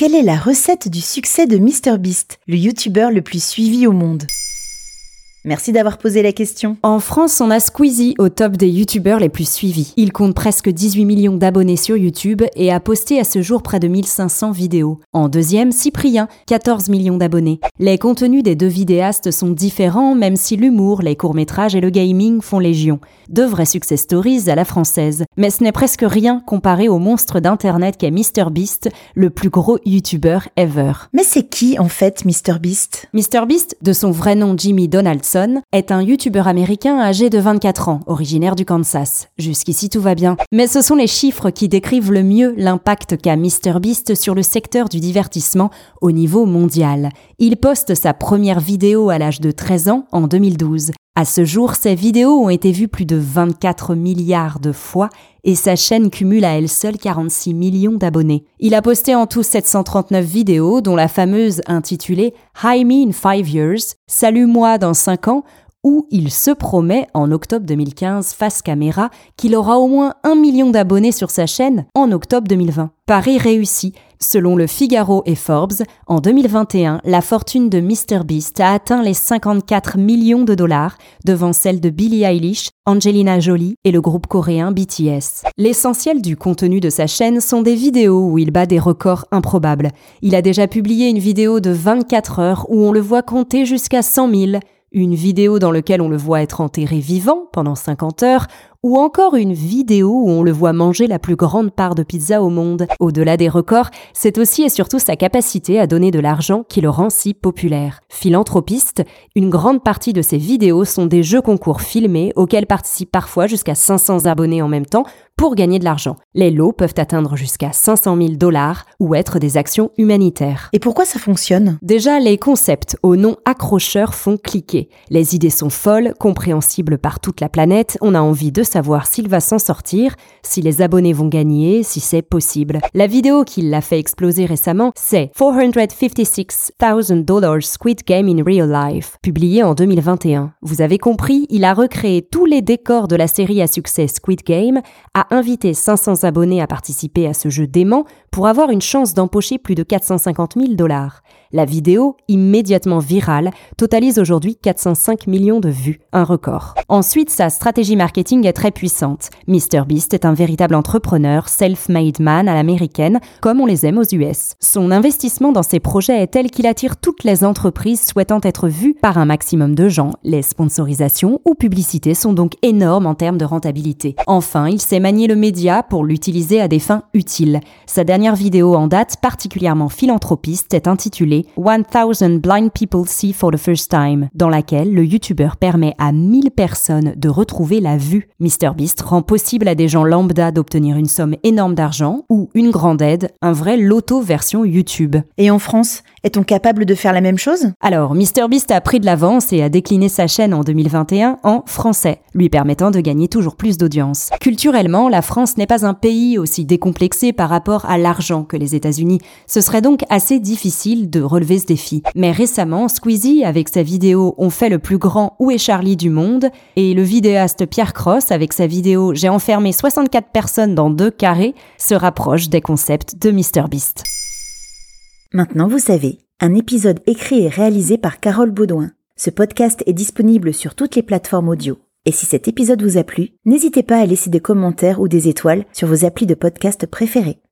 Quelle est la recette du succès de MrBeast, le youtubeur le plus suivi au monde ? Merci d'avoir posé la question. En France, on a Squeezie au top des youtubeurs les plus suivis. Il compte presque 18 millions d'abonnés sur YouTube et a posté à ce jour près de 1500 vidéos. En deuxième, Cyprien, 14 millions d'abonnés. Les contenus des deux vidéastes sont différents, même si l'humour, les courts-métrages et le gaming font légion. Deux vrais success stories à la française. Mais ce n'est presque rien comparé au monstre d'internet qu'est MrBeast, le plus gros youtubeur ever. Mais c'est qui en fait MrBeast ? MrBeast, de son vrai nom Jimmy Donaldson, est un youtubeur américain âgé de 24 ans, originaire du Kansas. Jusqu'ici tout va bien. Mais ce sont les chiffres qui décrivent le mieux l'impact qu'a MrBeast sur le secteur du divertissement au niveau mondial. Il poste sa première vidéo à l'âge de 13 ans en 2012. À ce jour, ses vidéos ont été vues plus de 24 milliards de fois et sa chaîne cumule à elle seule 46 millions d'abonnés. Il a posté en tout 739 vidéos, dont la fameuse intitulée « Hi me in 5 years »,« Salut-moi dans 5 ans », où il se promet, en octobre 2015, face caméra, qu'il aura au moins 1 million d'abonnés sur sa chaîne en octobre 2020. Pari réussi. Selon le Figaro et Forbes, en 2021, la fortune de MrBeast a atteint les 54 millions de dollars, devant celle de Billie Eilish, Angelina Jolie et le groupe coréen BTS. L'essentiel du contenu de sa chaîne sont des vidéos où il bat des records improbables. Il a déjà publié une vidéo de 24 heures où on le voit compter jusqu'à 100 000, une vidéo dans laquelle on le voit être enterré vivant pendant 50 heures, ou encore une vidéo où on le voit manger la plus grande part de pizza au monde. Au-delà des records, c'est aussi et surtout sa capacité à donner de l'argent qui le rend si populaire. Philanthropiste, une grande partie de ses vidéos sont des jeux concours filmés auxquels participent parfois jusqu'à 500 abonnés en même temps pour gagner de l'argent. Les lots peuvent atteindre jusqu'à 500 000 $ ou être des actions humanitaires. Et pourquoi ça fonctionne ? Déjà, les concepts au nom accrocheur font cliquer. Les idées sont folles, compréhensibles par toute la planète, on a envie de savoir s'il va s'en sortir, si les abonnés vont gagner, si c'est possible. La vidéo qui l'a fait exploser récemment, c'est $456,000 Squid Game in Real Life, publié en 2021. Vous avez compris, il a recréé tous les décors de la série à succès Squid Game, a invité 500 abonnés à participer à ce jeu dément pour avoir une chance d'empocher plus de 450 000 $. La vidéo, immédiatement virale, totalise aujourd'hui 405 millions de vues, un record. Ensuite, sa stratégie marketing est très puissante. MrBeast est un véritable entrepreneur, self-made man à l'américaine, comme on les aime aux US. Son investissement dans ses projets est tel qu'il attire toutes les entreprises souhaitant être vues par un maximum de gens. Les sponsorisations ou publicités sont donc énormes en termes de rentabilité. Enfin, il sait manier le média pour l'utiliser à des fins utiles. Sa dernière vidéo en date, particulièrement philanthropiste, est intitulée 1000 Blind People See for the First Time, dans laquelle le youtubeur permet à 1000 personnes de retrouver la vue. MrBeast rend possible à des gens lambda d'obtenir une somme énorme d'argent ou une grande aide, un vrai loto version YouTube. Et en France, est-on capable de faire la même chose ? Alors, MrBeast a pris de l'avance et a décliné sa chaîne en 2021 en français, lui permettant de gagner toujours plus d'audience. Culturellement, la France n'est pas un pays aussi décomplexé par rapport à l'argent que les États-Unis. Ce serait donc assez difficile de relever ce défi. Mais récemment, Squeezie, avec sa vidéo « On fait le plus grand Où est Charlie du monde » et le vidéaste Pierre Cross, avec sa vidéo « J'ai enfermé 64 personnes dans 2 carrés » se rapprochent des concepts de MrBeast. Maintenant vous savez, un épisode écrit et réalisé par Carole Baudouin. Ce podcast est disponible sur toutes les plateformes audio. Et si cet épisode vous a plu, n'hésitez pas à laisser des commentaires ou des étoiles sur vos applis de podcast préférés.